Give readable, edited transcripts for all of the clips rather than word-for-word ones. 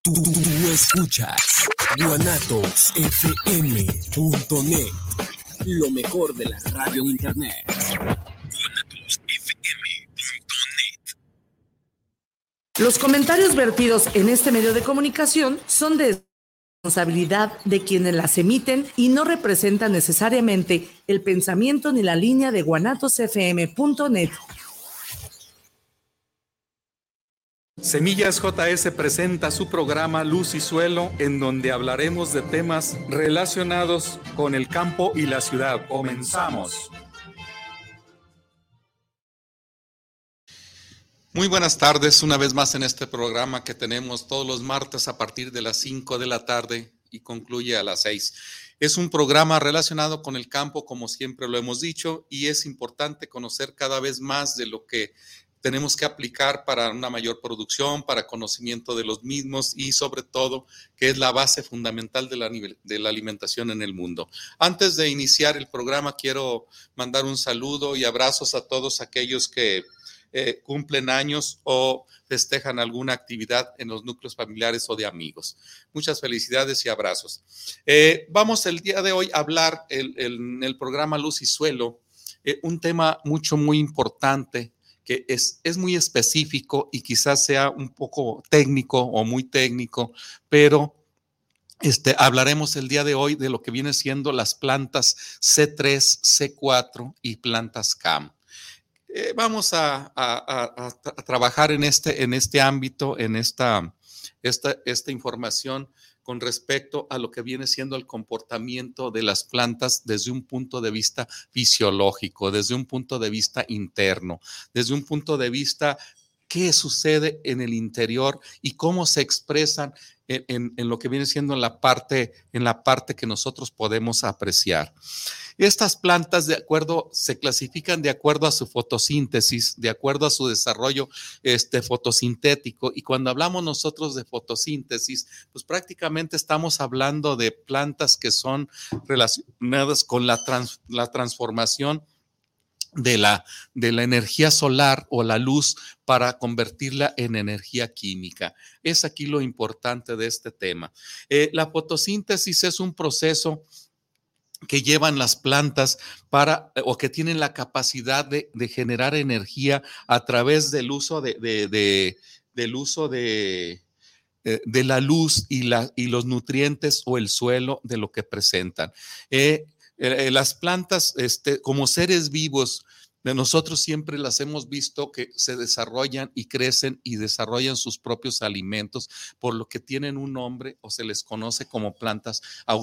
Tú escuchas guanatosfm.net, lo mejor de la radio en internet. guanatosfm.net. Los comentarios vertidos en este medio de comunicación son de responsabilidad de quienes las emiten y no representan necesariamente el pensamiento ni la línea de guanatosfm.net. Semillas JS presenta su programa Luz y Suelo, en donde hablaremos de temas relacionados con el campo y la ciudad. Comenzamos. Muy buenas tardes, una vez más en este programa que tenemos todos los martes a partir de las 5 de la tarde y concluye a las 6. Es un programa relacionado con el campo, como siempre lo hemos dicho, y es importante conocer cada vez más de lo que tenemos que aplicar para una mayor producción, para conocimiento de los mismos y sobre todo que es la base fundamental de la alimentación en el mundo. Antes de iniciar el programa quiero mandar un saludo y abrazos a todos aquellos que cumplen años o festejan alguna actividad en los núcleos familiares o de amigos. Muchas felicidades y abrazos. Vamos el día de hoy a hablar en el programa Luz y Suelo, un tema muy importante que es muy específico y quizás sea un poco técnico o muy técnico, pero hablaremos el día de hoy de lo que viene siendo las plantas C3, C4 y plantas CAM. Vamos a trabajar en este ámbito, en esta información con respecto a lo que viene siendo el comportamiento de las plantas desde un punto de vista fisiológico, desde un punto de vista interno, desde un punto de vista qué sucede en el interior y cómo se expresan en lo que viene siendo en la parte que nosotros podemos apreciar. Estas plantas se clasifican de acuerdo a su fotosíntesis, de acuerdo a su desarrollo fotosintético, y cuando hablamos nosotros de fotosíntesis, pues prácticamente estamos hablando de plantas que son relacionadas con la transformación de la energía solar o la luz para convertirla en energía química. Es aquí lo importante de este tema. La fotosíntesis es un proceso que llevan las plantas o que tienen la capacidad de generar energía a través del uso de la luz y los nutrientes o el suelo de lo que presentan. Las plantas, como seres vivos, de nosotros siempre las hemos visto que se desarrollan y crecen y desarrollan sus propios alimentos, por lo que tienen un nombre o se les conoce como plantas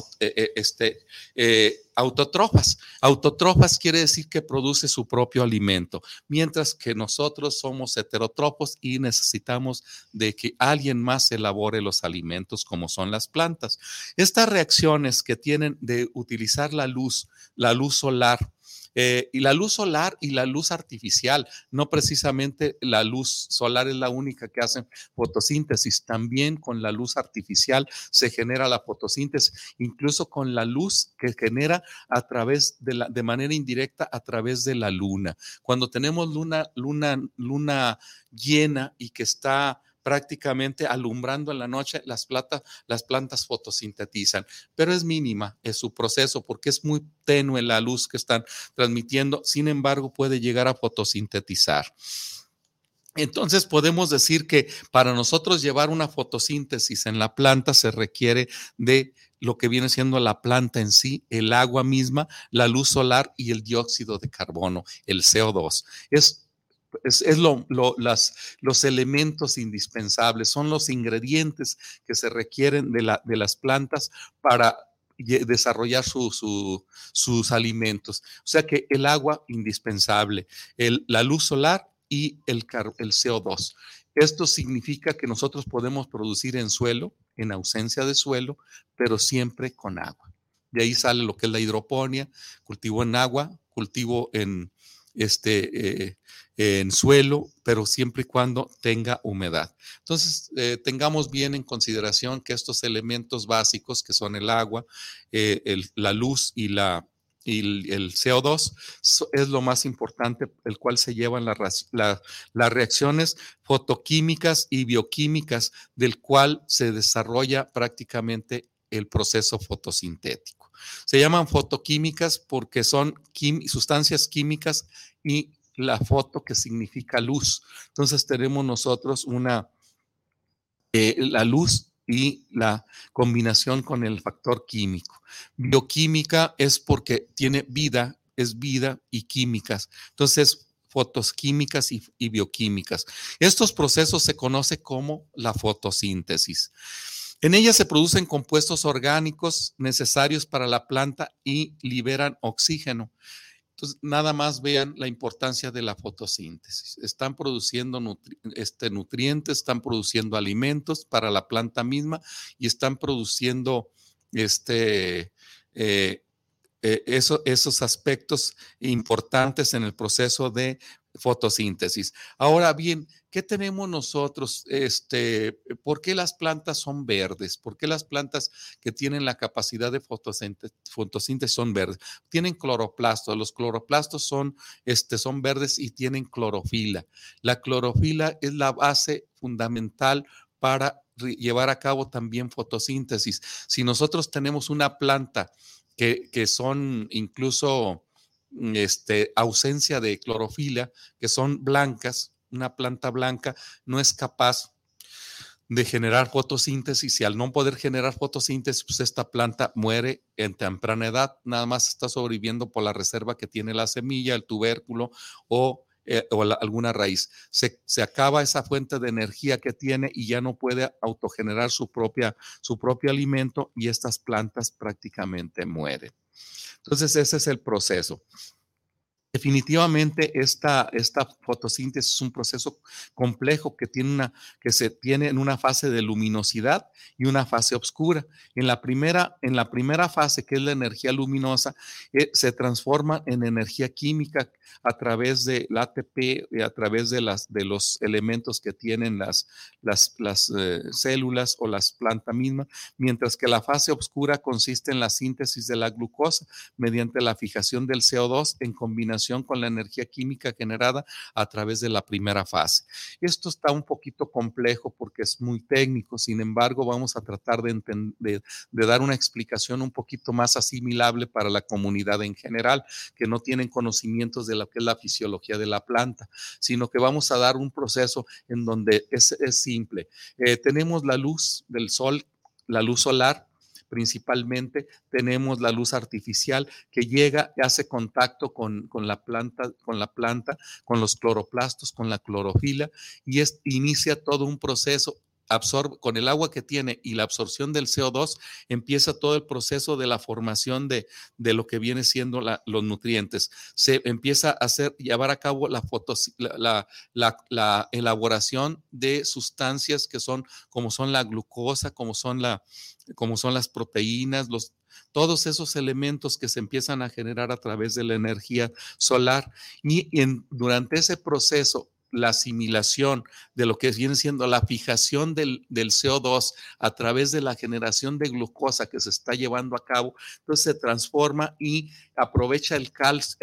autotrofas. Autotrofas quiere decir que produce su propio alimento, mientras que nosotros somos heterótrofos y necesitamos de que alguien más elabore los alimentos, como son las plantas. Estas reacciones que tienen de utilizar la luz solar, y la luz solar y la luz artificial, no precisamente la luz solar es la única que hace fotosíntesis, también con la luz artificial se genera la fotosíntesis, incluso con la luz que genera de manera indirecta a través de la luna. Cuando tenemos luna llena y que está prácticamente alumbrando en la noche, las plantas fotosintetizan, pero es mínima su proceso porque es muy tenue la luz que están transmitiendo, sin embargo puede llegar a fotosintetizar. Entonces podemos decir que para nosotros llevar una fotosíntesis en la planta se requiere de lo que viene siendo la planta en sí, el agua misma, la luz solar y el dióxido de carbono, el CO2. Los elementos indispensables, son los ingredientes que se requieren de las plantas para desarrollar sus alimentos. O sea que el agua indispensable, la luz solar y el CO2. Esto significa que nosotros podemos producir en suelo, en ausencia de suelo, pero siempre con agua. De ahí sale lo que es la hidroponía, cultivo en agua, cultivo en suelo, pero siempre y cuando tenga humedad. Entonces, tengamos bien en consideración que estos elementos básicos, que son el agua, la luz y y el CO2 es lo más importante, el cual se llevan las reacciones fotoquímicas y bioquímicas, del cual se desarrolla prácticamente el proceso fotosintético. Se llaman fotoquímicas porque son sustancias químicas y la foto, que significa luz. Entonces tenemos nosotros la luz y la combinación con el factor químico. Bioquímica es porque tiene vida, es vida y químicas. Entonces, fotoquímicas y bioquímicas. Estos procesos se conocen como la fotosíntesis. En ella se producen compuestos orgánicos necesarios para la planta y liberan oxígeno. Entonces, nada más vean la importancia de la fotosíntesis. Están produciendo nutrientes, están produciendo alimentos para la planta misma y están produciendo esos aspectos importantes en el proceso de fotosíntesis. Ahora bien, ¿qué tenemos nosotros? ¿Por qué las plantas son verdes? ¿Por qué las plantas que tienen la capacidad de fotosíntesis son verdes? Tienen cloroplastos. Los cloroplastos son verdes y tienen clorofila. La clorofila es la base fundamental para llevar a cabo también fotosíntesis. Si nosotros tenemos una planta que son incluso ausencia de clorofila, que son blancas, una planta blanca no es capaz de generar fotosíntesis, y al no poder generar fotosíntesis, pues esta planta muere en temprana edad, nada más está sobreviviendo por la reserva que tiene la semilla, el tubérculo o alguna raíz. Se acaba esa fuente de energía que tiene y ya no puede autogenerar su propio alimento, y estas plantas prácticamente mueren. Entonces, ese es el proceso. Definitivamente esta fotosíntesis es un proceso complejo que se tiene en una fase de luminosidad y una fase oscura. En la primera fase, que es la energía luminosa, se transforma en energía química a través del ATP y a través de los elementos que tienen las células o las plantas mismas, mientras que la fase oscura consiste en la síntesis de la glucosa mediante la fijación del CO2 en combinación con la energía química generada a través de la primera fase. Esto está un poquito complejo porque es muy técnico, sin embargo, vamos a tratar de dar una explicación un poquito más asimilable para la comunidad en general, que no tienen conocimientos de lo que es la fisiología de la planta, sino que vamos a dar un proceso en donde es simple. Tenemos la luz del sol, la luz solar. Principalmente tenemos la luz artificial que llega, hace contacto con la planta, con los cloroplastos, con la clorofila, y inicia todo un proceso. Con el agua que tiene y la absorción del CO2, empieza todo el proceso de la formación de lo que viene siendo los nutrientes. Se empieza a llevar a cabo la elaboración de sustancias como son la glucosa, como son las proteínas, todos esos elementos que se empiezan a generar a través de la energía solar. Y durante ese proceso, la asimilación de lo que viene siendo la fijación del CO2 a través de la generación de glucosa que se está llevando a cabo, entonces se transforma y aprovecha el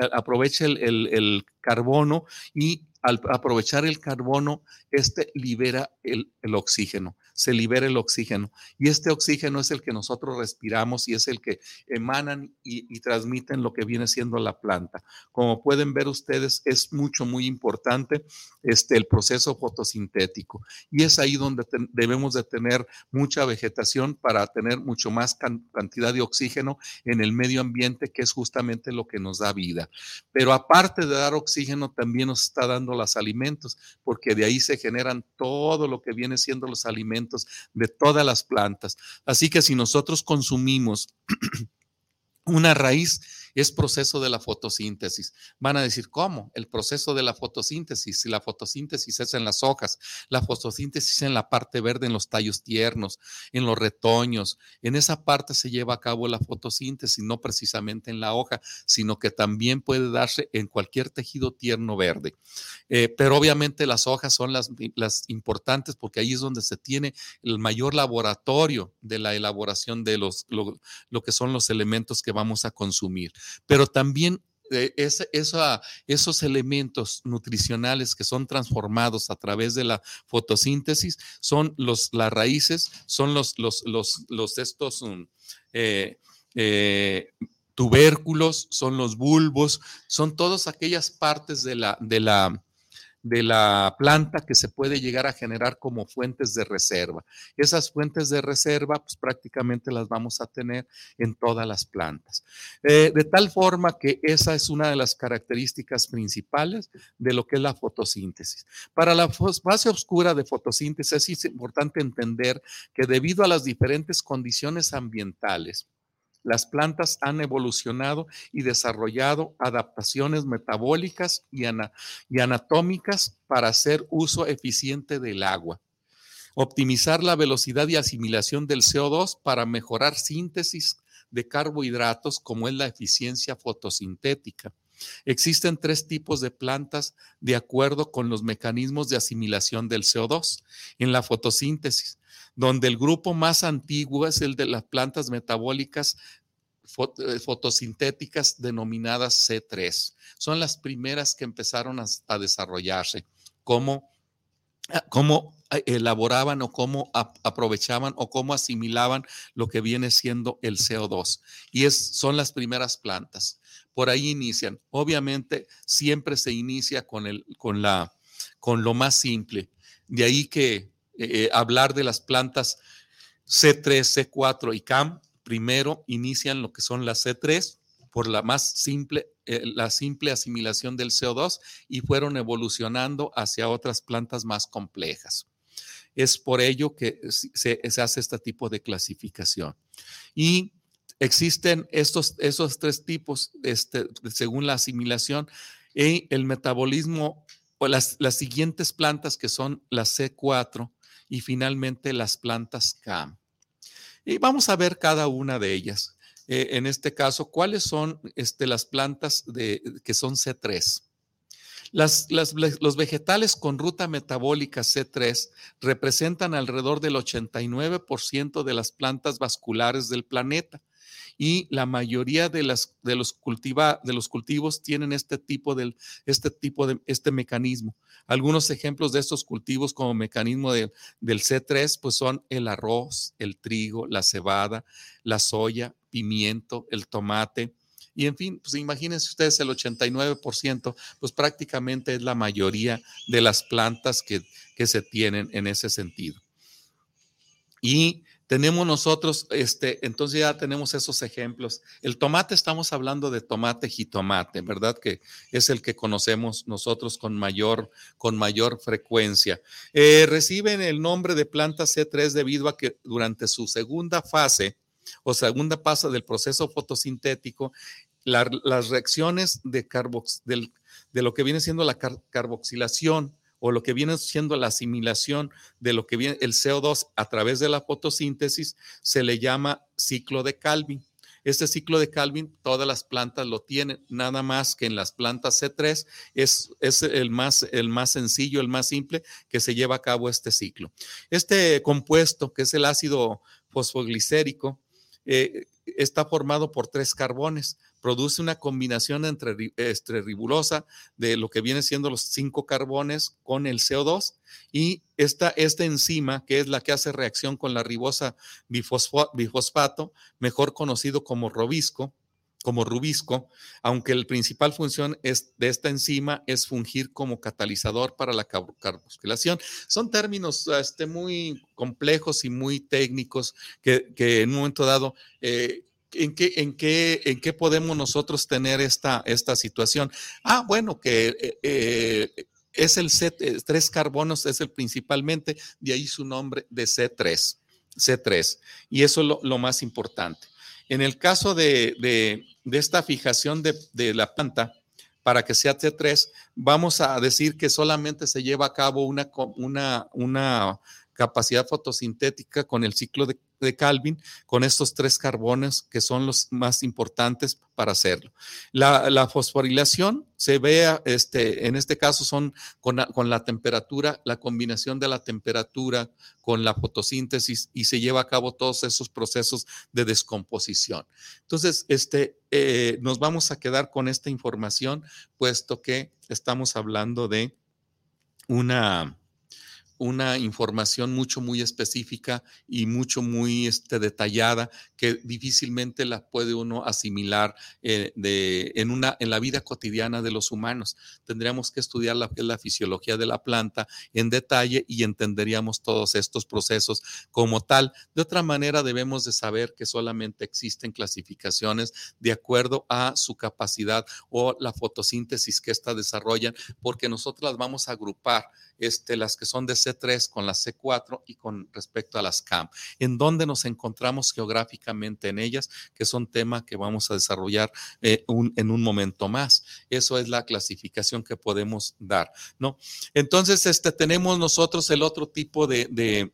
carbono, y al aprovechar el carbono, libera el oxígeno. Se libera el oxígeno, y este oxígeno es el que nosotros respiramos y es el que emanan y transmiten lo que viene siendo la planta. Como pueden ver ustedes, es muy importante el proceso fotosintético, y es ahí donde debemos de tener mucha vegetación para tener mucho más cantidad de oxígeno en el medio ambiente, que es justamente lo que nos da vida. Pero aparte de dar oxígeno, también nos está dando los alimentos, porque de ahí se generan todo lo que viene siendo los alimentos de todas las plantas. Así que si nosotros consumimos una raíz, es proceso de la fotosíntesis. Van a decir, ¿cómo? El proceso de la fotosíntesis. Si la fotosíntesis es en las hojas, la fotosíntesis en la parte verde, en los tallos tiernos, en los retoños, en esa parte se lleva a cabo la fotosíntesis, no precisamente en la hoja, sino que también puede darse en cualquier tejido tierno verde. Pero obviamente las hojas son las importantes, porque ahí es donde se tiene el mayor laboratorio de la elaboración de lo que son los elementos que vamos a consumir. pero también esos elementos nutricionales que son transformados a través de la fotosíntesis son las raíces, son estos tubérculos, son los bulbos, son todas aquellas partes de la planta que se puede llegar a generar como fuentes de reserva. Esas fuentes de reserva, pues prácticamente las vamos a tener en todas las plantas. De tal forma que esa es una de las características principales de lo que es la fotosíntesis. Para la fase oscura de fotosíntesis es importante entender que debido a las diferentes condiciones ambientales, las plantas han evolucionado y desarrollado adaptaciones metabólicas y anatómicas para hacer uso eficiente del agua. Optimizar la velocidad y asimilación del CO2 para mejorar síntesis de carbohidratos, como es la eficiencia fotosintética. Existen 3 tipos de plantas de acuerdo con los mecanismos de asimilación del CO2 en la fotosíntesis, donde el grupo más antiguo es el de las plantas metabólicas fotosintéticas denominadas C3. Son las primeras que empezaron a desarrollarse. Cómo elaboraban o cómo aprovechaban o cómo asimilaban lo que viene siendo el CO2. Y son las primeras plantas. Por ahí inician. Obviamente siempre se inicia con lo más simple. De ahí que hablar de las plantas C3, C4 y CAM, primero inician lo que son las C3 por la simple asimilación del CO2 y fueron evolucionando hacia otras plantas más complejas. Es por ello que se hace este tipo de clasificación. Y existen esos 3 tipos según la asimilación y el metabolismo, o las siguientes plantas que son las C4 y finalmente las plantas CAM. Y vamos a ver cada una de ellas. En este caso, ¿cuáles son las plantas que son C3? Los vegetales con ruta metabólica C3 representan alrededor del 89% de las plantas vasculares del planeta. Y la mayoría de los cultivos tienen este mecanismo. Algunos ejemplos de estos cultivos como mecanismo del C3 pues son el arroz, el trigo, la cebada, la soya, pimiento, el tomate. Y en fin, pues imagínense ustedes el 89%, pues prácticamente es la mayoría de las plantas que se tienen en ese sentido. Y tenemos nosotros, entonces ya tenemos esos ejemplos. El tomate, estamos hablando de tomate, jitomate, ¿verdad? Que es el que conocemos nosotros con mayor frecuencia. Reciben el nombre de planta C3 debido a que durante su segunda fase del proceso fotosintético, las reacciones de lo que viene siendo la carboxilación o lo que viene siendo la asimilación de lo que viene el CO2 a través de la fotosíntesis, se le llama ciclo de Calvin. Este ciclo de Calvin, todas las plantas lo tienen, nada más que en las plantas C3 es el más sencillo, el más simple que se lleva a cabo este ciclo. Este compuesto, que es el ácido fosfoglicérico, está formado por 3 carbones. Produce una combinación entre ribosa de lo que viene siendo los 5 carbones con el CO2 y esta enzima, que es la que hace reacción con la ribosa bifosfato, mejor conocido como rubisco, aunque la principal función de esta enzima es fungir como catalizador para la carboxilación. Son términos muy complejos y muy técnicos que en un momento dado ¿En qué podemos nosotros tener esta situación? Bueno, que es el C3 carbonos, es el principalmente, de ahí su nombre de C3. Y eso es lo más importante. En el caso de esta fijación de la planta, para que sea C3, vamos a decir que solamente se lleva a cabo una capacidad fotosintética con el ciclo de Calvin, con estos 3 carbonos que son los más importantes para hacerlo. La fosforilación se ve, en este caso son con la temperatura, la combinación de la temperatura con la fotosíntesis, y se lleva a cabo todos esos procesos de descomposición. Entonces, nos vamos a quedar con esta información, puesto que estamos hablando de una información muy específica y muy detallada, que difícilmente la puede uno asimilar en la vida cotidiana de los humanos. Tendríamos que estudiar la fisiología de la planta en detalle y entenderíamos todos estos procesos como tal. De otra manera, debemos de saber que solamente existen clasificaciones de acuerdo a su capacidad o la fotosíntesis que ésta desarrollan, porque nosotros las vamos a agrupar, las que son de C3 con las C4 y con respecto a las CAM. ¿En dónde nos encontramos geográficamente en ellas? Que es un tema que vamos a desarrollar en un momento más. Eso es la clasificación que podemos dar, ¿no? Entonces, tenemos nosotros el otro tipo de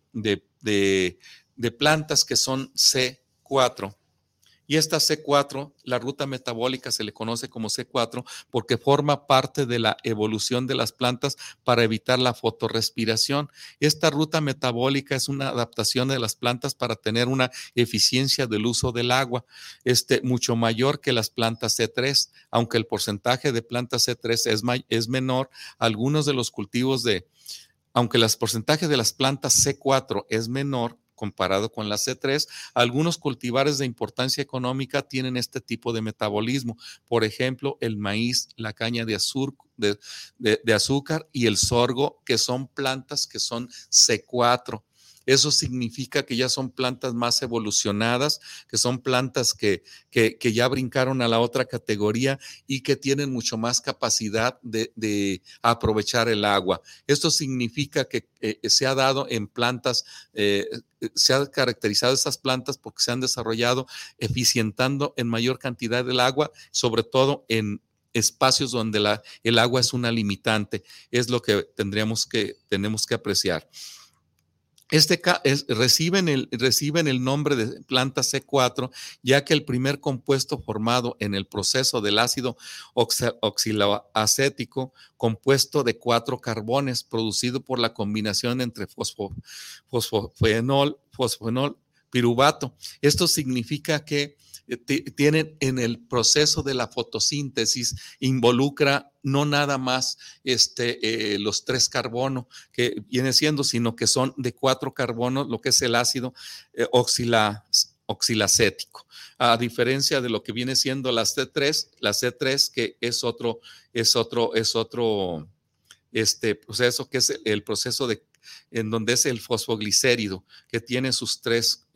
plantas que son C4. Y esta C4, la ruta metabólica se le conoce como C4 porque forma parte de la evolución de las plantas para evitar la fotorrespiración. Esta ruta metabólica es una adaptación de las plantas para tener una eficiencia del uso del agua, mucho mayor que las plantas C3, aunque el porcentaje de plantas C3 es menor. Algunos de los cultivos aunque el porcentaje de las plantas C4 es menor comparado con la C3, algunos cultivares de importancia económica tienen este tipo de metabolismo. Por ejemplo, el maíz, la caña de azúcar y el sorgo, que son plantas que son C4. Eso significa que ya son plantas más evolucionadas, que son plantas que ya brincaron a la otra categoría y que tienen mucho más capacidad de aprovechar el agua. Esto significa que se ha dado en plantas, se ha caracterizado esas plantas porque se han desarrollado eficientando en mayor cantidad del agua, sobre todo en espacios donde el agua es una limitante. Es lo que tenemos que apreciar. Reciben el nombre de planta C4, ya que el primer compuesto formado en el proceso del ácido oxaloacético, compuesto de 4 carbones, producido por la combinación entre fosfenol, piruvato. Esto significa que tienen en el proceso de la fotosíntesis, involucra no nada más los 3 carbonos que viene siendo, sino que son de 4 carbonos, lo que es el ácido oxalacético. A diferencia de lo que viene siendo la C3, que es otro proceso, que es el proceso en donde es el fosfoglicérido, que tiene sus 3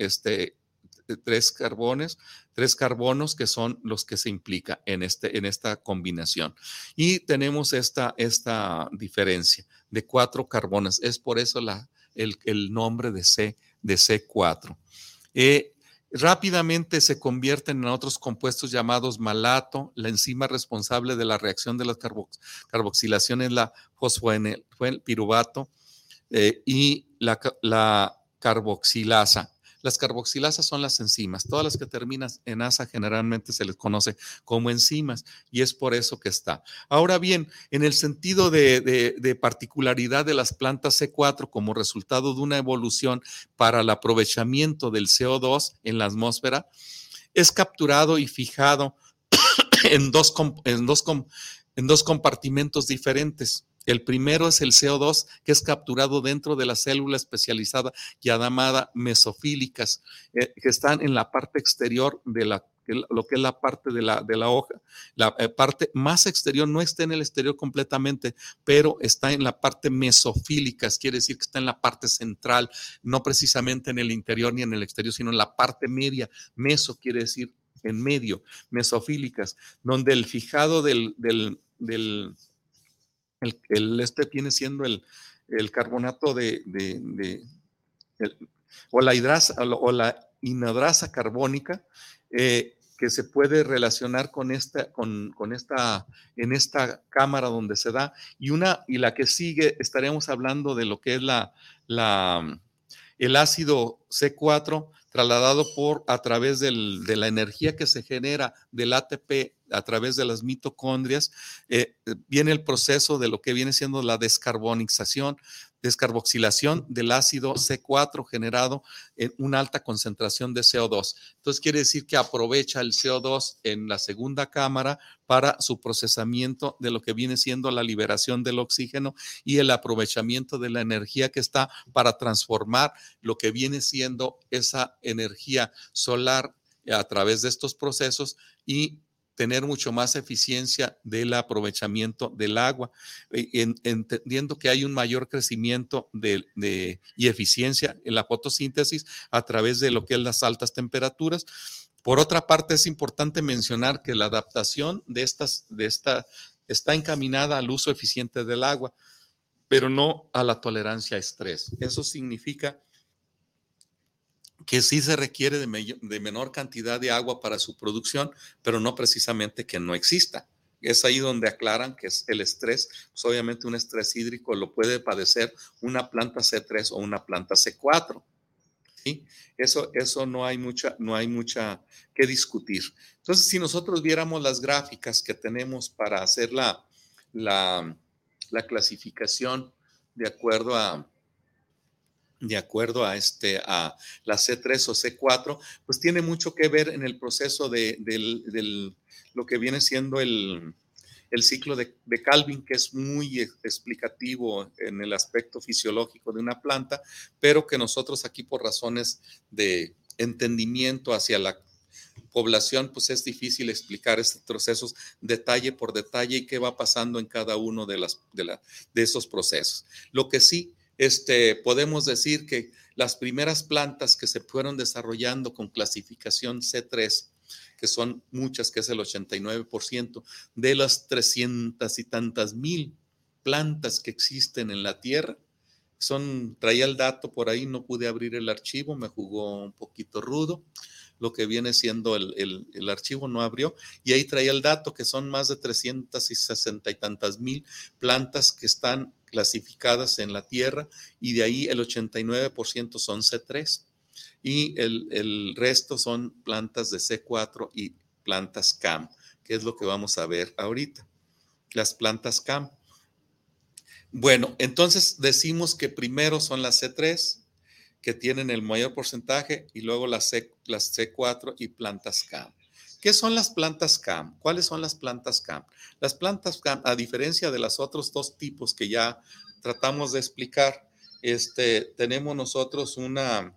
carbonos que son los que se implica en esta combinación. Y tenemos esta diferencia de 4 carbonos. Es por eso el nombre de C4. Rápidamente se convierten en otros compuestos llamados malato. La enzima responsable de la reacción de la carboxilación es la fosfenilpiruvato y la carboxilasa. Las carboxilasas son las enzimas. Todas las que terminan en asa generalmente se les conoce como enzimas y es por eso que está. Ahora bien, en el sentido de particularidad de las plantas C4 como resultado de una evolución para el aprovechamiento del CO2 en la atmósfera, es capturado y fijado en dos compartimentos diferentes. El primero es el CO2, que es capturado dentro de la célula especializada llamada mesofílicas, que están en la parte exterior de lo que es la parte de la hoja. La parte más exterior no está en el exterior completamente, pero está en la parte mesofílicas, quiere decir que está en la parte central, no precisamente en el interior ni en el exterior, sino en la parte media. Meso quiere decir en medio, mesofílicas, donde el fijado viene siendo el carbonato o la inodrasa carbónica, que se puede relacionar en esta cámara donde se da, y la que sigue, estaremos hablando de lo que es la el ácido C4 trasladado a través de la energía que se genera del ATP a través de las mitocondrias, viene el proceso de lo que viene siendo la descarboxilación del ácido C4 generado en una alta concentración de CO2. Entonces quiere decir que aprovecha el CO2 en la segunda cámara para su procesamiento de lo que viene siendo la liberación del oxígeno y el aprovechamiento de la energía que está para transformar lo que viene siendo esa energía solar a través de estos procesos y tener mucho más eficiencia del aprovechamiento del agua, entendiendo que hay un mayor crecimiento y eficiencia en la fotosíntesis a través de lo que es las altas temperaturas. Por otra parte, es importante mencionar que la adaptación de esta está encaminada al uso eficiente del agua, pero no a la tolerancia a estrés. Eso significa que sí se requiere de menor cantidad de agua para su producción, pero no precisamente que no exista. Es ahí donde aclaran que es el estrés, pues obviamente un estrés hídrico lo puede padecer una planta C3 o una planta C4. ¿Sí? Eso no hay mucha que discutir. Entonces, si nosotros viéramos las gráficas que tenemos para hacer la clasificación de acuerdo a la C3 o C4, pues tiene mucho que ver en el proceso de lo que viene siendo el ciclo de Calvin, que es muy explicativo en el aspecto fisiológico de una planta, pero que nosotros aquí por razones de entendimiento hacia la población, pues es difícil explicar estos procesos detalle por detalle y qué va pasando en cada uno de esos procesos. Lo que sí podemos decir que las primeras plantas que se fueron desarrollando con clasificación C3, que son muchas, que es el 89% de las 300 y tantas mil plantas que existen en la Tierra, traía el dato por ahí, no pude abrir el archivo, me jugó un poquito rudo, lo que viene siendo el archivo no abrió, y ahí traía el dato que son más de 360 y tantas mil plantas que están clasificadas en la Tierra, y de ahí el 89% son C3 y el resto son plantas de C4 y plantas CAM, que es lo que vamos a ver ahorita, las plantas CAM. Bueno, entonces decimos que primero son las C3, que tienen el mayor porcentaje, y luego las C4 y plantas CAM. ¿Qué son las plantas CAM? ¿Cuáles son las plantas CAM? Las plantas CAM, a diferencia de los otros dos tipos que ya tratamos de explicar, tenemos nosotros una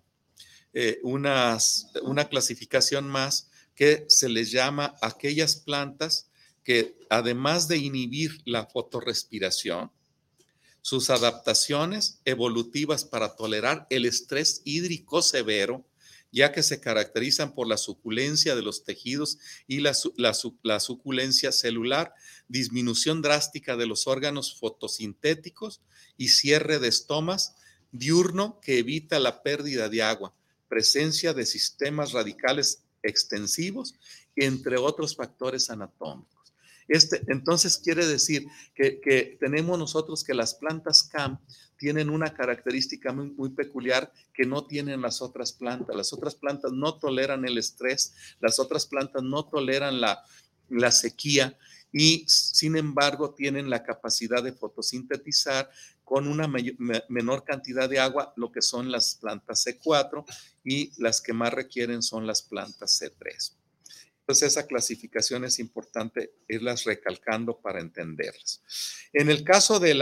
clasificación más que se les llama aquellas plantas que, además de inhibir la fotorrespiración, sus adaptaciones evolutivas para tolerar el estrés hídrico severo, ya que se caracterizan por la suculencia de los tejidos y la suculencia celular, disminución drástica de los órganos fotosintéticos y cierre de estomas diurno que evita la pérdida de agua, presencia de sistemas radicales extensivos, entre otros factores anatómicos. Entonces quiere decir que tenemos nosotros que las plantas CAM tienen una característica muy, muy peculiar que no tienen las otras plantas. Las otras plantas no toleran el estrés, las otras plantas no toleran la sequía y, sin embargo, tienen la capacidad de fotosintetizar con una menor cantidad de agua, lo que son las plantas C4, y las que más requieren son las plantas C3. Entonces, esa clasificación es importante irlas recalcando para entenderlas. En el caso de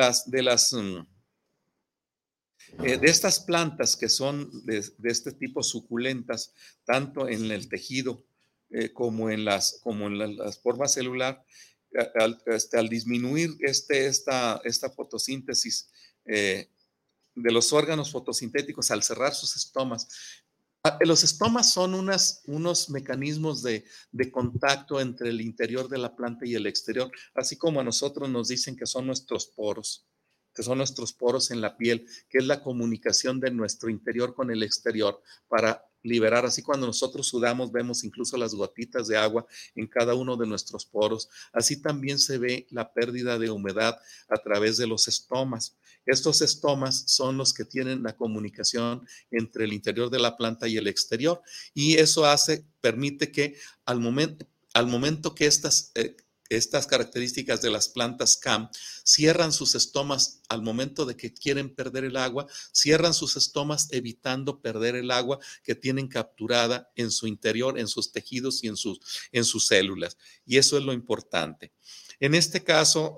estas plantas que son de este tipo suculentas, tanto en el tejido como en las formas celular, al disminuir esta fotosíntesis de los órganos fotosintéticos, al cerrar sus estomas, los estomas son unos mecanismos de contacto entre el interior de la planta y el exterior, así como a nosotros nos dicen que son nuestros poros en la piel, que es la comunicación de nuestro interior con el exterior para liberar, así cuando nosotros sudamos vemos incluso las gotitas de agua en cada uno de nuestros poros. Así también se ve la pérdida de humedad a través de los estomas. Estos estomas son los que tienen la comunicación entre el interior de la planta y el exterior, y eso permite que al momento que estas características de las plantas CAM cierran sus estomas al momento de que quieren perder el agua, cierran sus estomas evitando perder el agua que tienen capturada en su interior, en sus tejidos y en sus células. Y eso es lo importante. En este caso,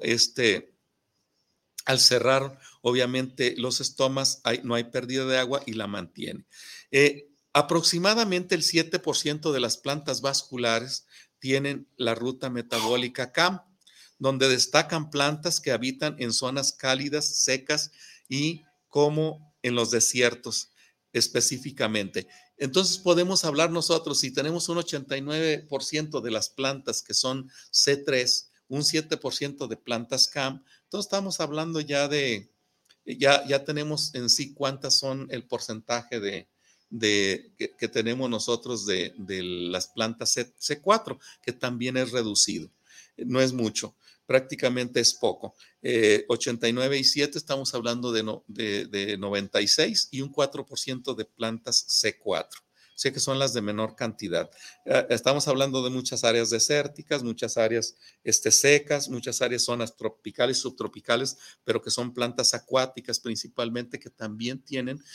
al cerrar, obviamente, los estomas, no hay pérdida de agua y la mantiene. Aproximadamente el 7% de las plantas vasculares tienen la ruta metabólica CAM, donde destacan plantas que habitan en zonas cálidas, secas y como en los desiertos específicamente. Entonces podemos hablar nosotros, si tenemos un 89% de las plantas que son C3, un 7% de plantas CAM, entonces estamos hablando ya ya tenemos en sí cuántas son el porcentaje que tenemos nosotros de las plantas C4, que también es reducido. No es mucho, prácticamente es poco. 89 y 7 estamos hablando de 96 y un 4% de plantas C4. O sea que son las de menor cantidad. Estamos hablando de muchas áreas desérticas, muchas áreas secas, muchas áreas zonas tropicales, subtropicales, pero que son plantas acuáticas principalmente que también tienen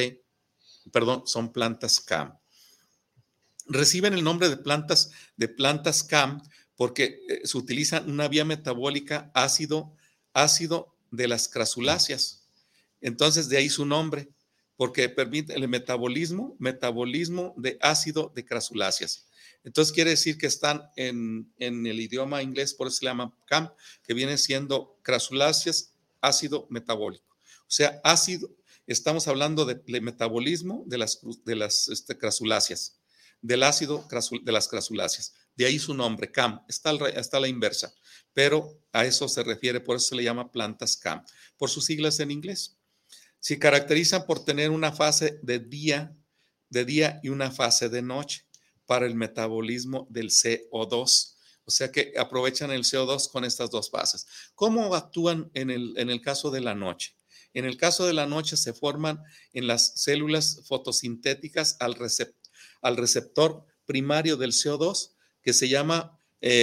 son plantas CAM. Reciben el nombre de plantas CAM porque se utiliza una vía metabólica ácido de las crasuláceas. Entonces, de ahí su nombre, porque permite el metabolismo de ácido de crasuláceas. Entonces, quiere decir que están en el idioma inglés, por eso se llama CAM, que viene siendo crasuláceas, ácido metabólico. O sea, estamos hablando de metabolismo de las crasuláceas, del ácido de las crasuláceas. De ahí su nombre, CAM. Está a la inversa, pero a eso se refiere, por eso se le llama plantas CAM, por sus siglas en inglés. Se caracterizan por tener una fase de día y una fase de noche para el metabolismo del CO2. O sea que aprovechan el CO2 con estas dos fases. ¿Cómo actúan en el caso de la noche? En el caso de la noche se forman en las células fotosintéticas al receptor primario del CO2 que se llama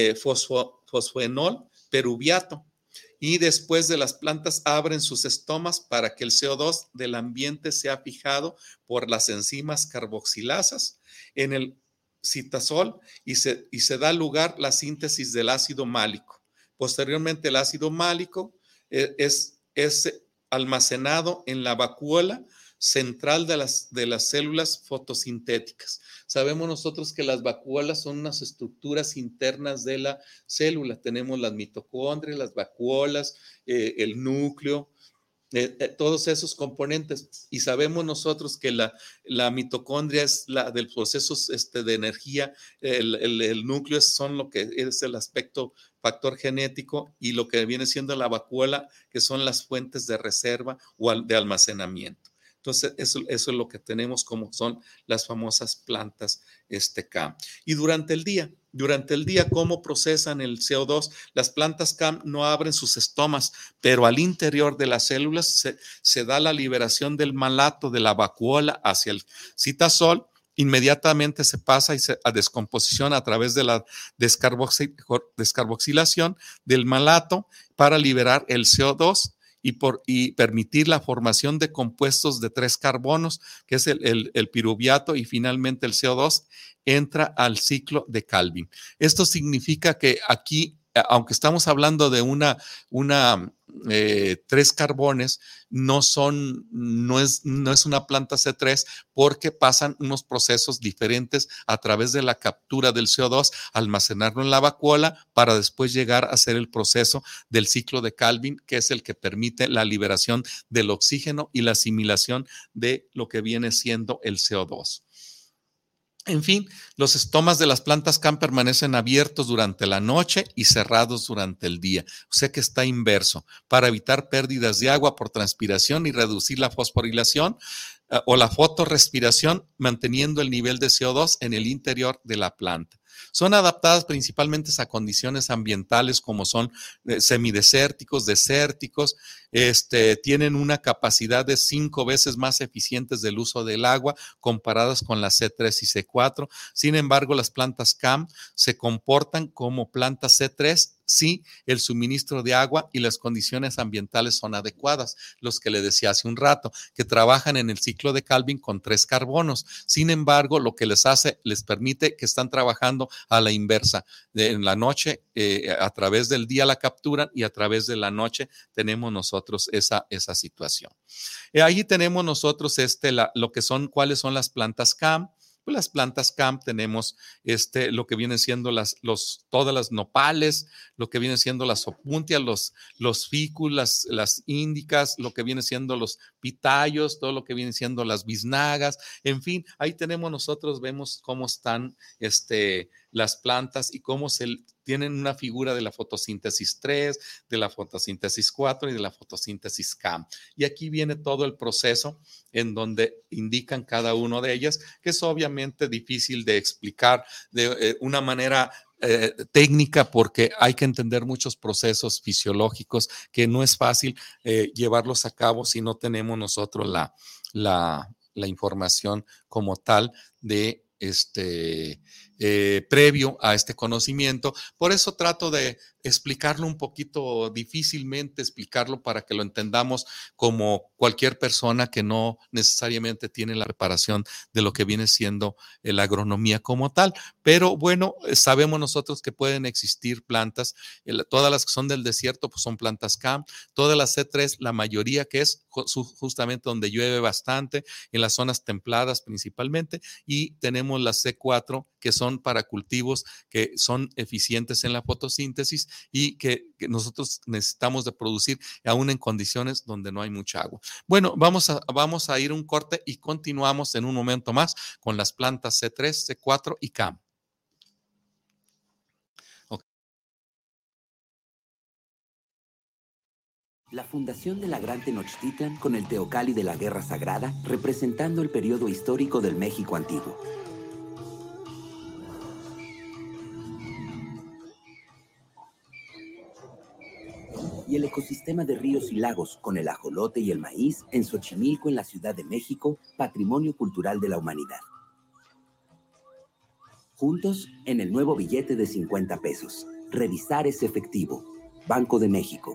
fosfoenol peruviato. Y después de las plantas abren sus estomas para que el CO2 del ambiente sea fijado por las enzimas carboxilasas en el citosol y se da lugar la síntesis del ácido málico. Posteriormente el ácido málico es almacenado en la vacuola central de las células fotosintéticas. Sabemos nosotros que las vacuolas son unas estructuras internas de la célula. Tenemos las mitocondrias, las vacuolas, el núcleo, todos esos componentes. Y sabemos nosotros que la mitocondria es la del proceso de energía, el núcleo son lo que es el aspecto factor genético y lo que viene siendo la vacuola, que son las fuentes de reserva o de almacenamiento. Entonces, eso es lo que tenemos como son las famosas plantas CAM. Y durante el día, ¿cómo procesan el CO2? Las plantas CAM no abren sus estomas, pero al interior de las células se da la liberación del malato de la vacuola hacia el citosol. Inmediatamente se pasa a descomposición a través de la descarboxilación del malato para liberar el CO2 y permitir la formación de compuestos de 3 carbonos, que es el piruviato, y finalmente el CO2 entra al ciclo de Calvin. Esto significa que aquí, aunque estamos hablando de 3 carbones, no es una planta C3 porque pasan unos procesos diferentes a través de la captura del CO2, almacenarlo en la vacuola para después llegar a hacer el proceso del ciclo de Calvin, que es el que permite la liberación del oxígeno y la asimilación de lo que viene siendo el CO2. En fin, los estomas de las plantas CAM permanecen abiertos durante la noche y cerrados durante el día. O sea que está inverso. Para evitar pérdidas de agua por transpiración y reducir la fosforilación, o la fotorrespiración, manteniendo el nivel de CO2 en el interior de la planta. Son adaptadas principalmente a condiciones ambientales como son semidesérticos, desérticos, tienen una capacidad de 5 veces más eficientes del uso del agua comparadas con las C3 y C4. Sin embargo, las plantas CAM se comportan como plantas C3 si el suministro de agua y las condiciones ambientales son adecuadas, los que le decía hace un rato, que trabajan en el ciclo de Calvin con 3 carbonos. Sin embargo, lo que les permite que están trabajando a la inversa. En la noche, a través del día la capturan y a través de la noche tenemos nosotros esa situación. Ahí tenemos nosotros cuáles son las plantas CAM. Pues las plantas CAM tenemos lo que vienen siendo todas las nopales, lo que vienen siendo las opuntias, los ficus, las índicas, lo que vienen siendo los pitayos, todo lo que vienen siendo las biznagas, en fin, ahí vemos cómo están las plantas y cómo tienen una figura de la fotosíntesis 3, de la fotosíntesis 4 y de la fotosíntesis CAM. Y aquí viene todo el proceso en donde indican cada una de ellas, que es obviamente difícil de explicar de una manera técnica porque hay que entender muchos procesos fisiológicos que no es fácil llevarlos a cabo si no tenemos nosotros la información como tal de previo a este conocimiento. Por eso trato de explicarlo un poquito difícilmente, explicarlo para que lo entendamos como cualquier persona que no necesariamente tiene la preparación de lo que viene siendo la agronomía como tal. Pero bueno, sabemos nosotros que pueden existir plantas, todas las que son del desierto pues son plantas CAM, todas las C3, la mayoría que es justamente donde llueve bastante, en las zonas templadas principalmente, y tenemos las C4 que son para cultivos que son eficientes en la fotosíntesis y que nosotros necesitamos de producir aún en condiciones donde no hay mucha agua. Bueno, vamos a ir un corte y continuamos en un momento más con las plantas C3, C4 y CAM. La fundación de la Gran Tenochtitlan con el Teocalli de la Guerra Sagrada, representando el periodo histórico del México antiguo. Y el ecosistema de ríos y lagos con el ajolote y el maíz en Xochimilco, en la Ciudad de México, patrimonio cultural de la humanidad. Juntos en el nuevo billete de 50 pesos. Revisar es efectivo. Banco de México.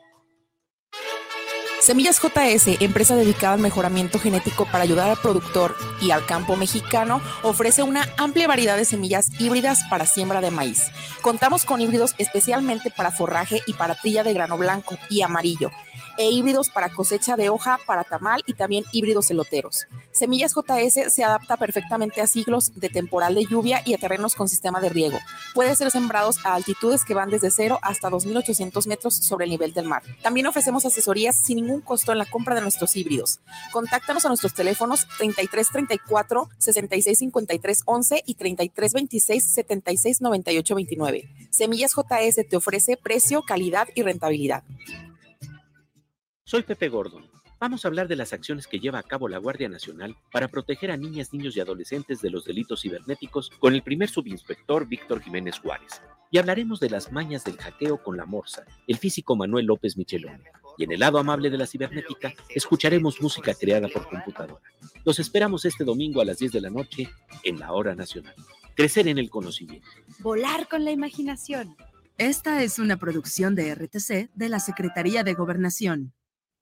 Semillas JS, empresa dedicada al mejoramiento genético para ayudar al productor y al campo mexicano, ofrece una amplia variedad de semillas híbridas para siembra de maíz. Contamos con híbridos especialmente para forraje y para trilla de grano blanco y amarillo, e híbridos para cosecha de hoja, para tamal y también híbridos eloteros. Semillas JS se adapta perfectamente a ciclos de temporal de lluvia y a terrenos con sistema de riego. Puede ser sembrados a altitudes que van desde 0 hasta 2.800 metros sobre el nivel del mar. También ofrecemos asesorías sin ningún costo en la compra de nuestros híbridos. Contáctanos a nuestros teléfonos 3334 6653 11 y 3326 76 98 29. Semillas JS te ofrece precio, calidad y rentabilidad. Soy Pepe Gordon. Vamos a hablar de las acciones que lleva a cabo la Guardia Nacional para proteger a niñas, niños y adolescentes de los delitos cibernéticos con el primer subinspector Víctor Jiménez Juárez. Y hablaremos de las mañas del hackeo con la Morsa, el físico Manuel López Michelón. Y en el lado amable de la cibernética, escucharemos música creada por computadora. Los esperamos este domingo a las 10 de la noche en la Hora Nacional. Crecer en el conocimiento. Volar con la imaginación. Esta es una producción de RTC de la Secretaría de Gobernación.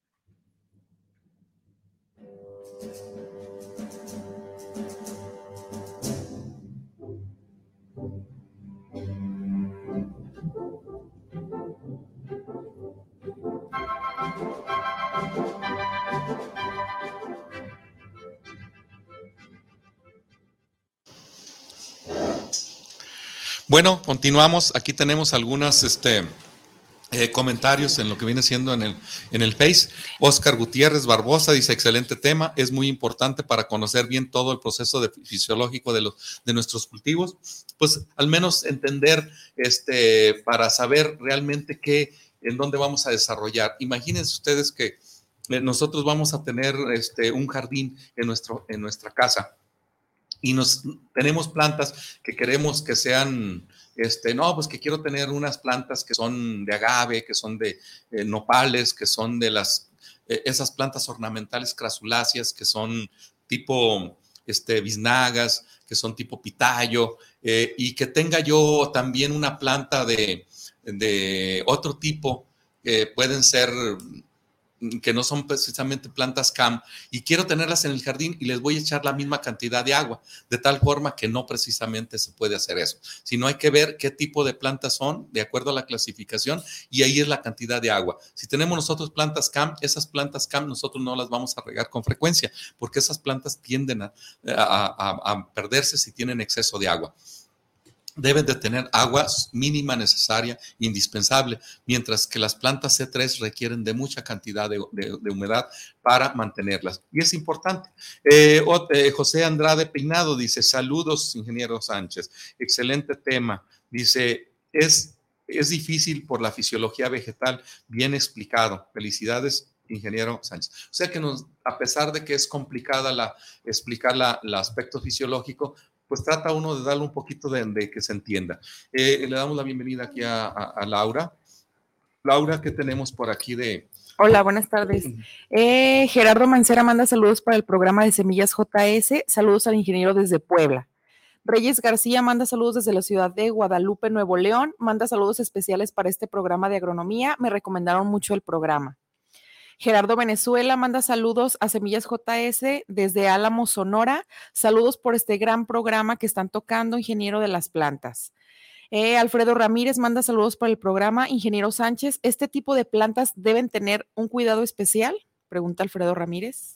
Bueno, continuamos. Aquí tenemos algunos comentarios en lo que viene siendo en el Face. Oscar Gutiérrez Barbosa dice, excelente tema, es muy importante para conocer bien todo el proceso fisiológico de nuestros cultivos. Pues al menos entender para saber realmente en dónde vamos a desarrollar. Imagínense ustedes que nosotros vamos a tener un jardín en nuestra casa y tenemos plantas que queremos que sean, no, pues que quiero tener unas plantas que son de agave, que son de nopales, que son de esas plantas ornamentales crasuláceas, que son tipo biznagas, que son tipo pitayo, y que tenga yo también una planta de otro tipo, que pueden ser, que no son precisamente plantas CAM, y quiero tenerlas en el jardín y les voy a echar la misma cantidad de agua, de tal forma que no precisamente se puede hacer eso, sino hay que ver qué tipo de plantas son, de acuerdo a la clasificación, y ahí es la cantidad de agua. Si tenemos nosotros plantas CAM, esas plantas CAM nosotros no las vamos a regar con frecuencia, porque esas plantas tienden a perderse si tienen exceso de agua. Deben de tener agua mínima necesaria, indispensable, mientras que las plantas C3 requieren de mucha cantidad de humedad para mantenerlas. Y es importante. José Andrade Peinado dice, saludos, ingeniero Sánchez, excelente tema. Dice, es difícil por la fisiología vegetal, bien explicado. Felicidades, ingeniero Sánchez. O sea que a pesar de que es complicada explicar el aspecto fisiológico, pues trata uno de darle un poquito de que se entienda. Le damos la bienvenida aquí a Laura. Laura, ¿qué tenemos por aquí de...? Hola, buenas tardes. Gerardo Mancera manda saludos para el programa de Semillas JS. Saludos al ingeniero desde Puebla. Reyes García manda saludos desde la ciudad de Guadalupe, Nuevo León. Manda saludos especiales para este programa de agronomía. Me recomendaron mucho el programa. Gerardo Venezuela manda saludos a Semillas JS desde Álamo, Sonora. Saludos por este gran programa que están tocando, ingeniero de las plantas. Alfredo Ramírez manda saludos para el programa. Ingeniero Sánchez, ¿este tipo de plantas deben tener un cuidado especial? Pregunta Alfredo Ramírez.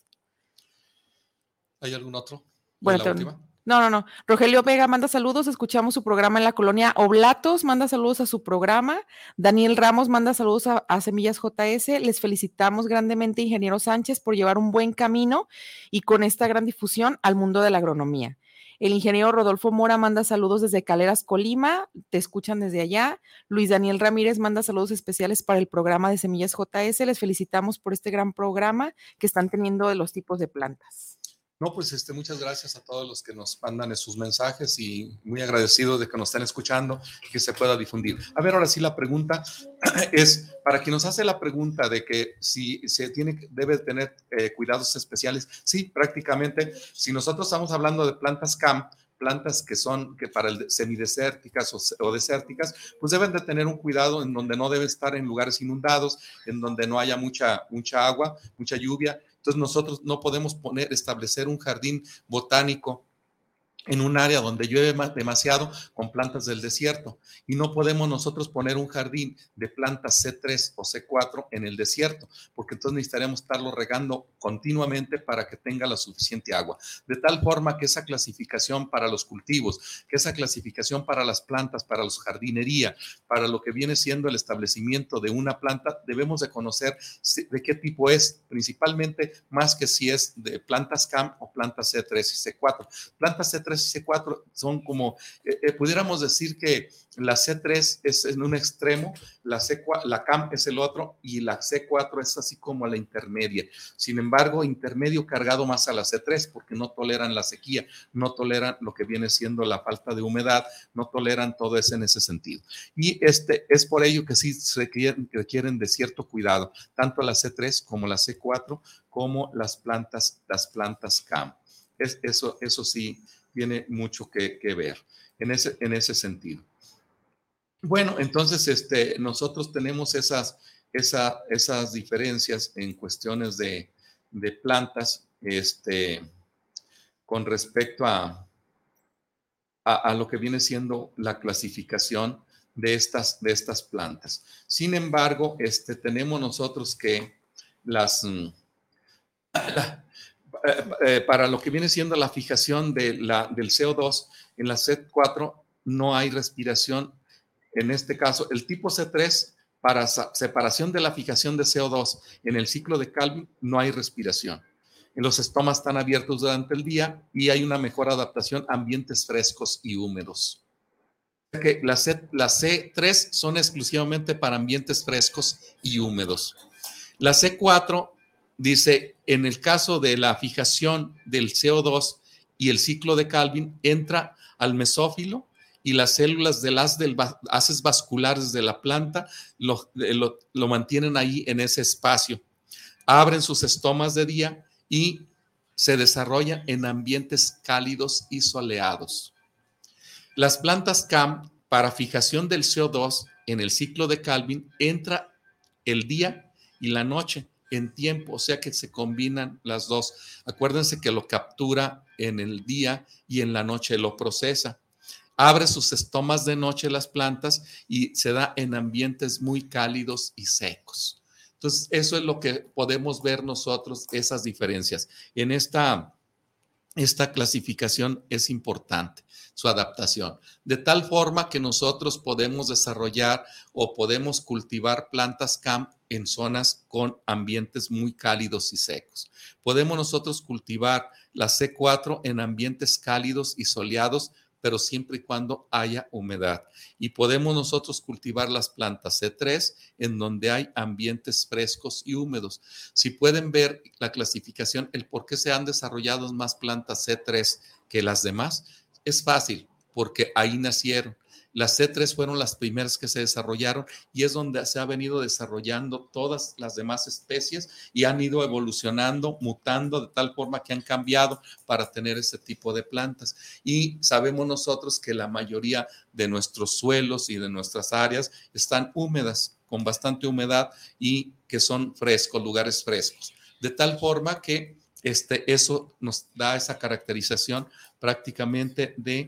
¿Hay algún otro? Bueno, la última. No. Rogelio Vega manda saludos, escuchamos su programa en la colonia Oblatos, manda saludos a su programa. Daniel Ramos manda saludos a Semillas JS. Les felicitamos grandemente, ingeniero Sánchez, por llevar un buen camino y con esta gran difusión al mundo de la agronomía. El ingeniero Rodolfo Mora manda saludos desde Caleras, Colima, te escuchan desde allá. Luis Daniel Ramírez manda saludos especiales para el programa de Semillas JS. Les felicitamos por este gran programa que están teniendo de los tipos de plantas. No, pues muchas gracias a todos los que nos mandan sus mensajes y muy agradecido de que nos estén escuchando y que se pueda difundir. A ver, ahora sí la pregunta es, para quien nos hace la pregunta de que si debe tener cuidados especiales, sí, prácticamente, si nosotros estamos hablando de plantas CAM, plantas que para semidesérticas o desérticas, pues deben de tener un cuidado en donde no deben estar en lugares inundados, en donde no haya mucha agua, mucha lluvia. Entonces nosotros no podemos establecer un jardín botánico en un área donde llueve demasiado con plantas del desierto, y no podemos nosotros poner un jardín de plantas C3 o C4 en el desierto, porque entonces necesitaremos estarlo regando continuamente para que tenga la suficiente agua, de tal forma que esa clasificación para los cultivos, que esa clasificación para las plantas, para la jardinería, para lo que viene siendo el establecimiento de una planta, debemos de conocer de qué tipo es, principalmente más que si es de plantas CAM o plantas C3 y C4. Plantas C3 y C4 son como, pudiéramos decir que la C3 es en un extremo, la CAM es el otro y la C4 es así como la intermedia. Sin embargo, intermedio cargado más a la C3 porque no toleran la sequía, no toleran lo que viene siendo la falta de humedad, no toleran todo eso en ese sentido. Y es por ello que sí se requieren de cierto cuidado, tanto la C3 como la C4 como las plantas CAM. Eso sí tiene mucho que ver en ese sentido. Bueno, entonces nosotros tenemos esas diferencias en cuestiones de plantas con respecto a lo que viene siendo la clasificación de estas plantas. Sin embargo, tenemos nosotros que para lo que viene siendo la fijación del CO2 en la C4 no hay respiración. En este caso, el tipo C3 para separación de la fijación de CO2 en el ciclo de Calvin no hay respiración. Los estomas están abiertos durante el día y hay una mejor adaptación a ambientes frescos y húmedos. Que las C3 son exclusivamente para ambientes frescos y húmedos. La C4 dice, en el caso de la fijación del CO2 y el ciclo de Calvin, entra al mesófilo y las células del haces vasculares de la planta lo mantienen ahí en ese espacio. Abren sus estomas de día y se desarrollan en ambientes cálidos y soleados. Las plantas CAM, para fijación del CO2 en el ciclo de Calvin, entra el día y la noche en tiempo, o sea que se combinan las dos. Acuérdense que lo captura en el día y en la noche lo procesa. Abre sus estomas de noche las plantas y se da en ambientes muy cálidos y secos. Entonces, eso es lo que podemos ver nosotros, esas diferencias. En esta clasificación es importante su adaptación, de tal forma que nosotros podemos desarrollar o podemos cultivar plantas CAM en zonas con ambientes muy cálidos y secos. Podemos nosotros cultivar la C4 en ambientes cálidos y soleados, pero siempre y cuando haya humedad. Y podemos nosotros cultivar las plantas C3 en donde hay ambientes frescos y húmedos. Si pueden ver la clasificación, el por qué se han desarrollado más plantas C3 que las demás, es fácil, porque ahí nacieron. Las C3 fueron las primeras que se desarrollaron y es donde se ha venido desarrollando todas las demás especies y han ido evolucionando, mutando de tal forma que han cambiado para tener ese tipo de plantas. Y sabemos nosotros que la mayoría de nuestros suelos y de nuestras áreas están húmedas, con bastante humedad y que son frescos, lugares frescos. De tal forma que eso nos da esa caracterización prácticamente de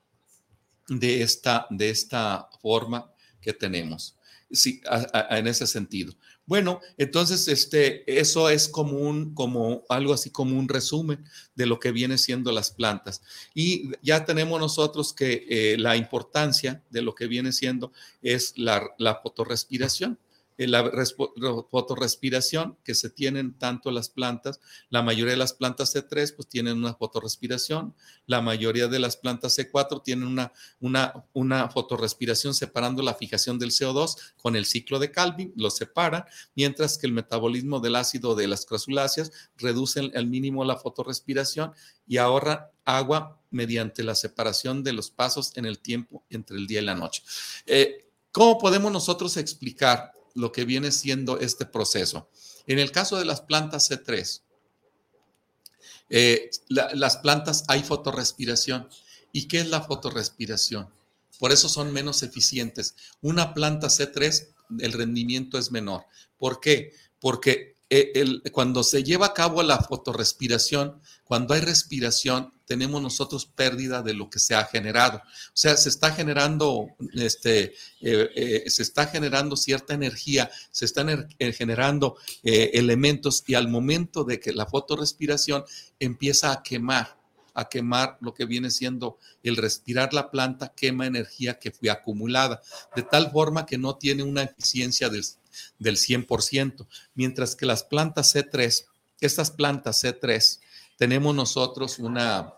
esta forma que tenemos. Sí, en ese sentido. Bueno, entonces eso es como algo así como un resumen de lo que viene siendo las plantas. Y ya tenemos nosotros que la importancia de lo que viene siendo es la fotorrespiración. La fotorrespiración que se tienen tanto las plantas, la mayoría de las plantas C3 pues tienen una fotorrespiración, la mayoría de las plantas C4 tienen una fotorrespiración separando la fijación del CO2 con el ciclo de Calvin, lo separan, mientras que el metabolismo del ácido de las crasuláceas reduce al mínimo la fotorrespiración y ahorra agua mediante la separación de los pasos en el tiempo entre el día y la noche. ¿Cómo podemos nosotros explicar lo que viene siendo este proceso? En el caso de las plantas C3, las plantas hay fotorrespiración. ¿Y qué es la fotorrespiración? Por eso son menos eficientes. Una planta C3, el rendimiento es menor. ¿Por qué? Porque cuando se lleva a cabo la fotorrespiración, cuando hay respiración, tenemos nosotros pérdida de lo que se ha generado. O sea, se está generando cierta energía, se están generando elementos y al momento de que la fotorrespiración empieza a quemar lo que viene siendo el respirar la planta, quema energía que fue acumulada, de tal forma que no tiene una eficiencia del 100%, mientras que las plantas C3, estas plantas C3, tenemos nosotros la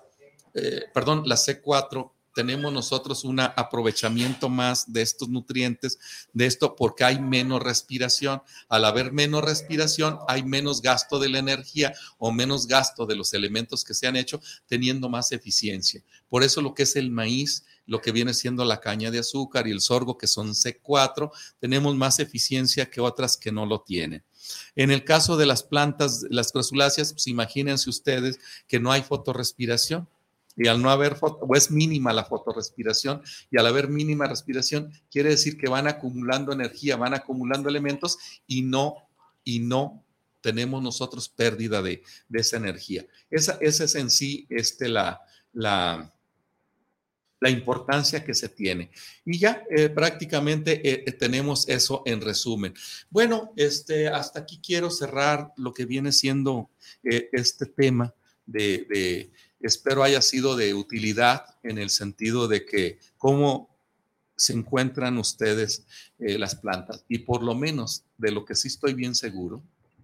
C4, tenemos nosotros un aprovechamiento más de estos nutrientes, de esto porque hay menos respiración. Al haber menos respiración, hay menos gasto de la energía o menos gasto de los elementos que se han hecho, teniendo más eficiencia. Por eso lo que es el maíz, lo que viene siendo la caña de azúcar y el sorgo, que son C4, tenemos más eficiencia que otras que no lo tienen. En el caso de las plantas, las crasuláceas, pues imagínense ustedes que no hay fotorrespiración. Y al no haber o es mínima la fotorrespiración, y al haber mínima respiración, quiere decir que van acumulando energía, van acumulando elementos y no tenemos nosotros pérdida de esa energía. Esa es en sí la importancia que se tiene. Y ya prácticamente tenemos eso en resumen. Bueno, hasta aquí quiero cerrar lo que viene siendo este tema espero haya sido de utilidad en el sentido de que cómo se encuentran ustedes las plantas. Y por lo menos de lo que sí estoy bien seguro,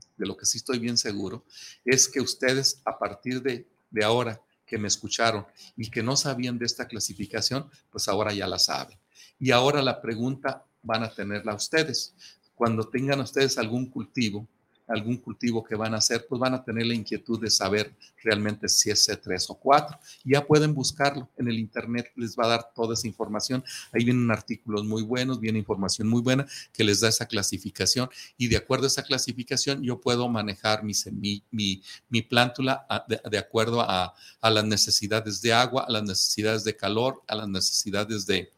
es que ustedes a partir de ahora que me escucharon y que no sabían de esta clasificación, pues ahora ya la saben. Y ahora la pregunta van a tenerla ustedes. Cuando tengan ustedes algún cultivo algún cultivo que van a hacer, pues van a tener la inquietud de saber realmente si es C3 o 4. Ya pueden buscarlo en el internet, les va a dar toda esa información. Ahí vienen artículos muy buenos, viene información muy buena que les da esa clasificación, y de acuerdo a esa clasificación yo puedo manejar mi plántula de acuerdo a las necesidades de agua, a las necesidades de calor, a las necesidades de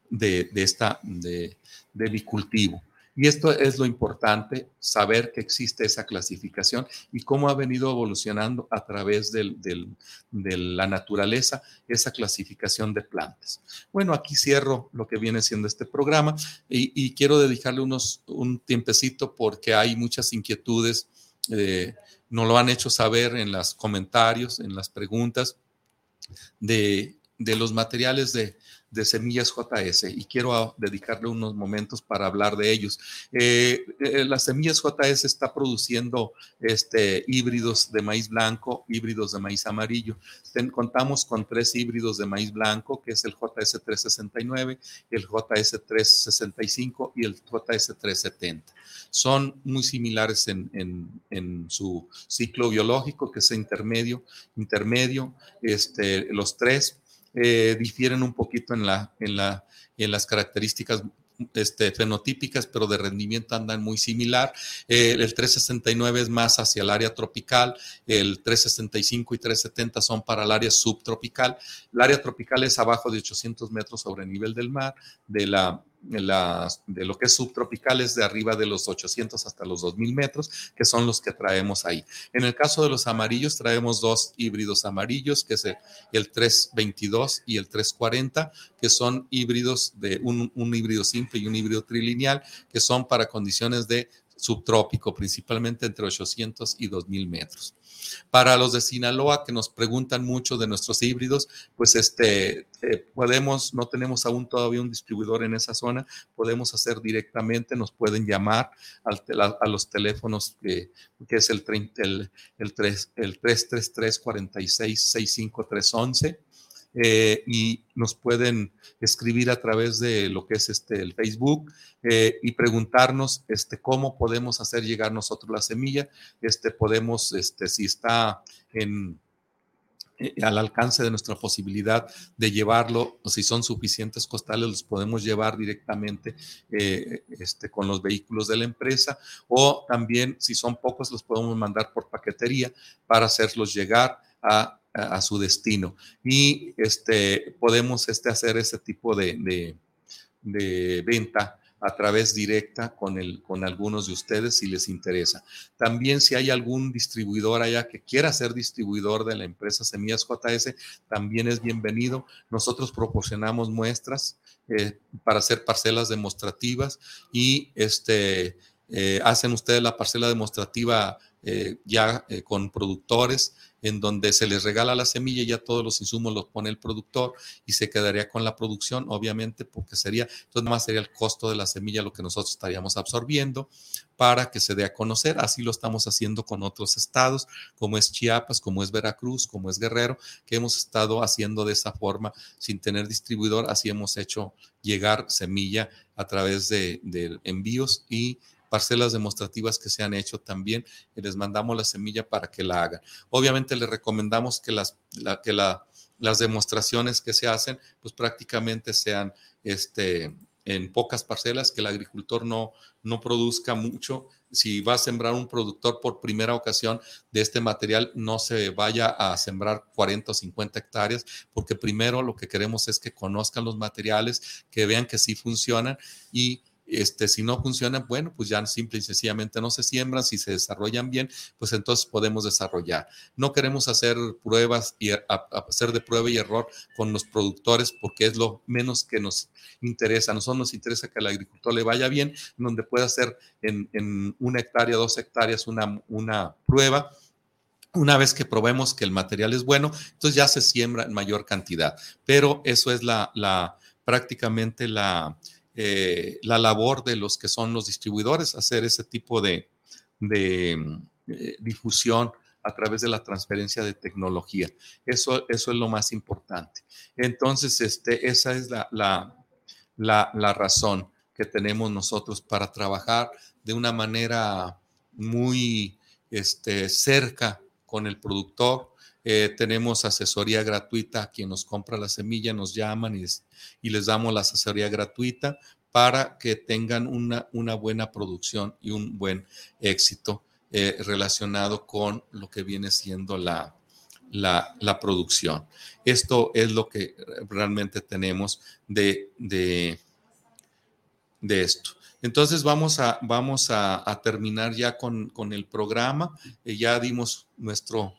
mi cultivo. Y esto es lo importante, saber que existe esa clasificación y cómo ha venido evolucionando a través de la naturaleza esa clasificación de plantas. Bueno, aquí cierro lo que viene siendo este programa y quiero dedicarle un tiempecito porque hay muchas inquietudes, nos lo han hecho saber en los comentarios, en las preguntas de los materiales de semillas JS, y quiero dedicarle unos momentos para hablar de ellos. Las semillas JS está produciendo híbridos de maíz blanco, híbridos de maíz amarillo. Contamos con 3 híbridos de maíz blanco, que es el JS 369, el JS 365 y el JS 370. Son muy similares en su ciclo biológico, que es intermedio. Los 3 difieren un poquito en las características fenotípicas, pero de rendimiento andan muy similar. El 369 es más hacia el área tropical, el 365 y 370 son para el área subtropical. El área tropical es abajo de 800 metros sobre el nivel del mar, de lo que es subtropical es de arriba de los 800 hasta los 2000 metros, que son los que traemos ahí. En el caso de los amarillos, traemos 2 híbridos amarillos, que es el 322 y el 340, que son híbridos de un híbrido simple y un híbrido trilineal, que son para condiciones de subtrópico, principalmente entre 800 y 2000 metros. Para los de Sinaloa, que nos preguntan mucho de nuestros híbridos, pues no tenemos aún todavía un distribuidor en esa zona, podemos hacer directamente, nos pueden llamar a los teléfonos que es el 333-46-65311. Y nos pueden escribir a través de lo que es el Facebook y preguntarnos cómo podemos hacer llegar nosotros la semilla. Podemos, si está al alcance de nuestra posibilidad de llevarlo, o si son suficientes costales, los podemos llevar directamente con los vehículos de la empresa, o también si son pocos los podemos mandar por paquetería para hacerlos llegar a su destino, y podemos hacer ese tipo de venta a través directa con algunos de ustedes si les interesa. También si hay algún distribuidor allá que quiera ser distribuidor de la empresa Semillas JS, también es bienvenido. Nosotros proporcionamos muestras para hacer parcelas demostrativas y hacen ustedes la parcela demostrativa con productores, en donde se les regala la semilla y ya todos los insumos los pone el productor y se quedaría con la producción, obviamente, porque entonces nada más sería el costo de la semilla lo que nosotros estaríamos absorbiendo para que se dé a conocer. Así lo estamos haciendo con otros estados, como es Chiapas, como es Veracruz, como es Guerrero, que hemos estado haciendo de esa forma sin tener distribuidor. Así hemos hecho llegar semilla a través de envíos y parcelas demostrativas que se han hecho también, y les mandamos la semilla para que la hagan. Obviamente les recomendamos que las demostraciones que se hacen, pues prácticamente sean en pocas parcelas, que el agricultor no produzca mucho. Si va a sembrar un productor por primera ocasión de este material, no se vaya a sembrar 40 o 50 hectáreas, porque primero lo que queremos es que conozcan los materiales, que vean que sí funcionan, y si no funcionan, bueno, pues ya simple y sencillamente no se siembran. Si se desarrollan bien, pues entonces podemos desarrollar. No queremos hacer pruebas y hacer de prueba y error con los productores, porque es lo menos que nos interesa. A nosotros nos interesa que al agricultor le vaya bien, donde pueda hacer en 1 hectárea, 2 hectáreas una prueba. Una vez que probemos que el material es bueno, entonces ya se siembra en mayor cantidad. Pero eso es prácticamente la labor de los que son los distribuidores, hacer ese tipo de difusión a través de la transferencia de tecnología. Eso es lo más importante. Entonces, esa es la razón que tenemos nosotros para trabajar de una manera muy cerca con el productor. Tenemos asesoría gratuita. A quien nos compra la semilla nos llaman y les damos la asesoría gratuita para que tengan una buena producción y un buen éxito relacionado con lo que viene siendo la producción. Esto es lo que realmente tenemos de esto. Entonces vamos a terminar ya con el programa. Ya dimos nuestro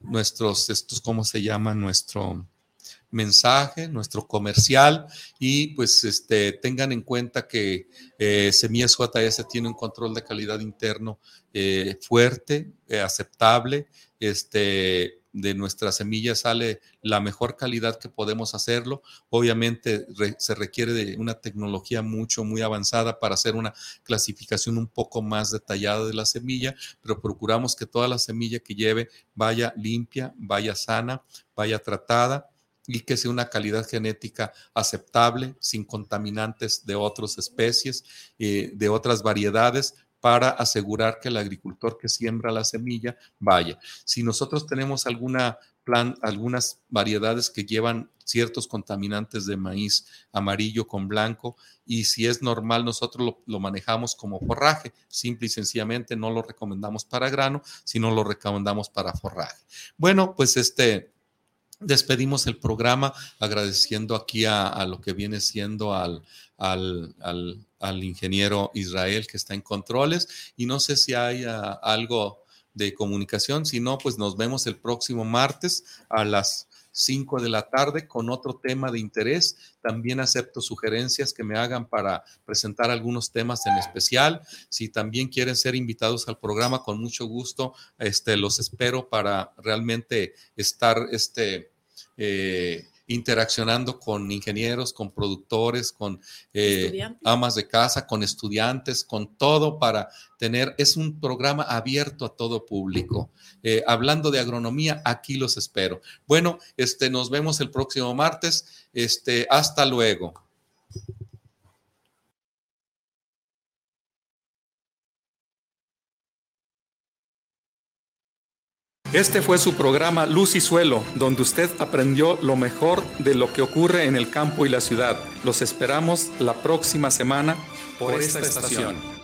mensaje, nuestro comercial, y pues tengan en cuenta que Semillas JS tiene un control de calidad interno fuerte, aceptable. De nuestra semilla sale la mejor calidad que podemos hacerlo. Obviamente se requiere de una tecnología muy avanzada para hacer una clasificación un poco más detallada de la semilla, pero procuramos que toda la semilla que lleve vaya limpia, vaya sana, vaya tratada y que sea una calidad genética aceptable, sin contaminantes de otras especies, de otras variedades, para asegurar que el agricultor que siembra la semilla vaya. Si nosotros tenemos algunas variedades que llevan ciertos contaminantes de maíz amarillo con blanco, y si es normal, nosotros lo manejamos como forraje. Simple y sencillamente no lo recomendamos para grano, sino lo recomendamos para forraje. Bueno, pues despedimos el programa agradeciendo aquí a lo que viene siendo al ingeniero Israel, que está en controles, y no sé si hay algo de comunicación. Si no, pues nos vemos el próximo martes a las 5 de la tarde con otro tema de interés. También acepto sugerencias que me hagan para presentar algunos temas en especial. Si también quieren ser invitados al programa, con mucho gusto los espero para realmente estar interaccionando con ingenieros, con productores, con amas de casa, con estudiantes, con todo, para es un programa abierto a todo público. Hablando de agronomía, aquí los espero. Bueno, nos vemos el próximo martes. Hasta luego. Este fue su programa Luz y Suelo, donde usted aprendió lo mejor de lo que ocurre en el campo y la ciudad. Los esperamos la próxima semana por esta estación.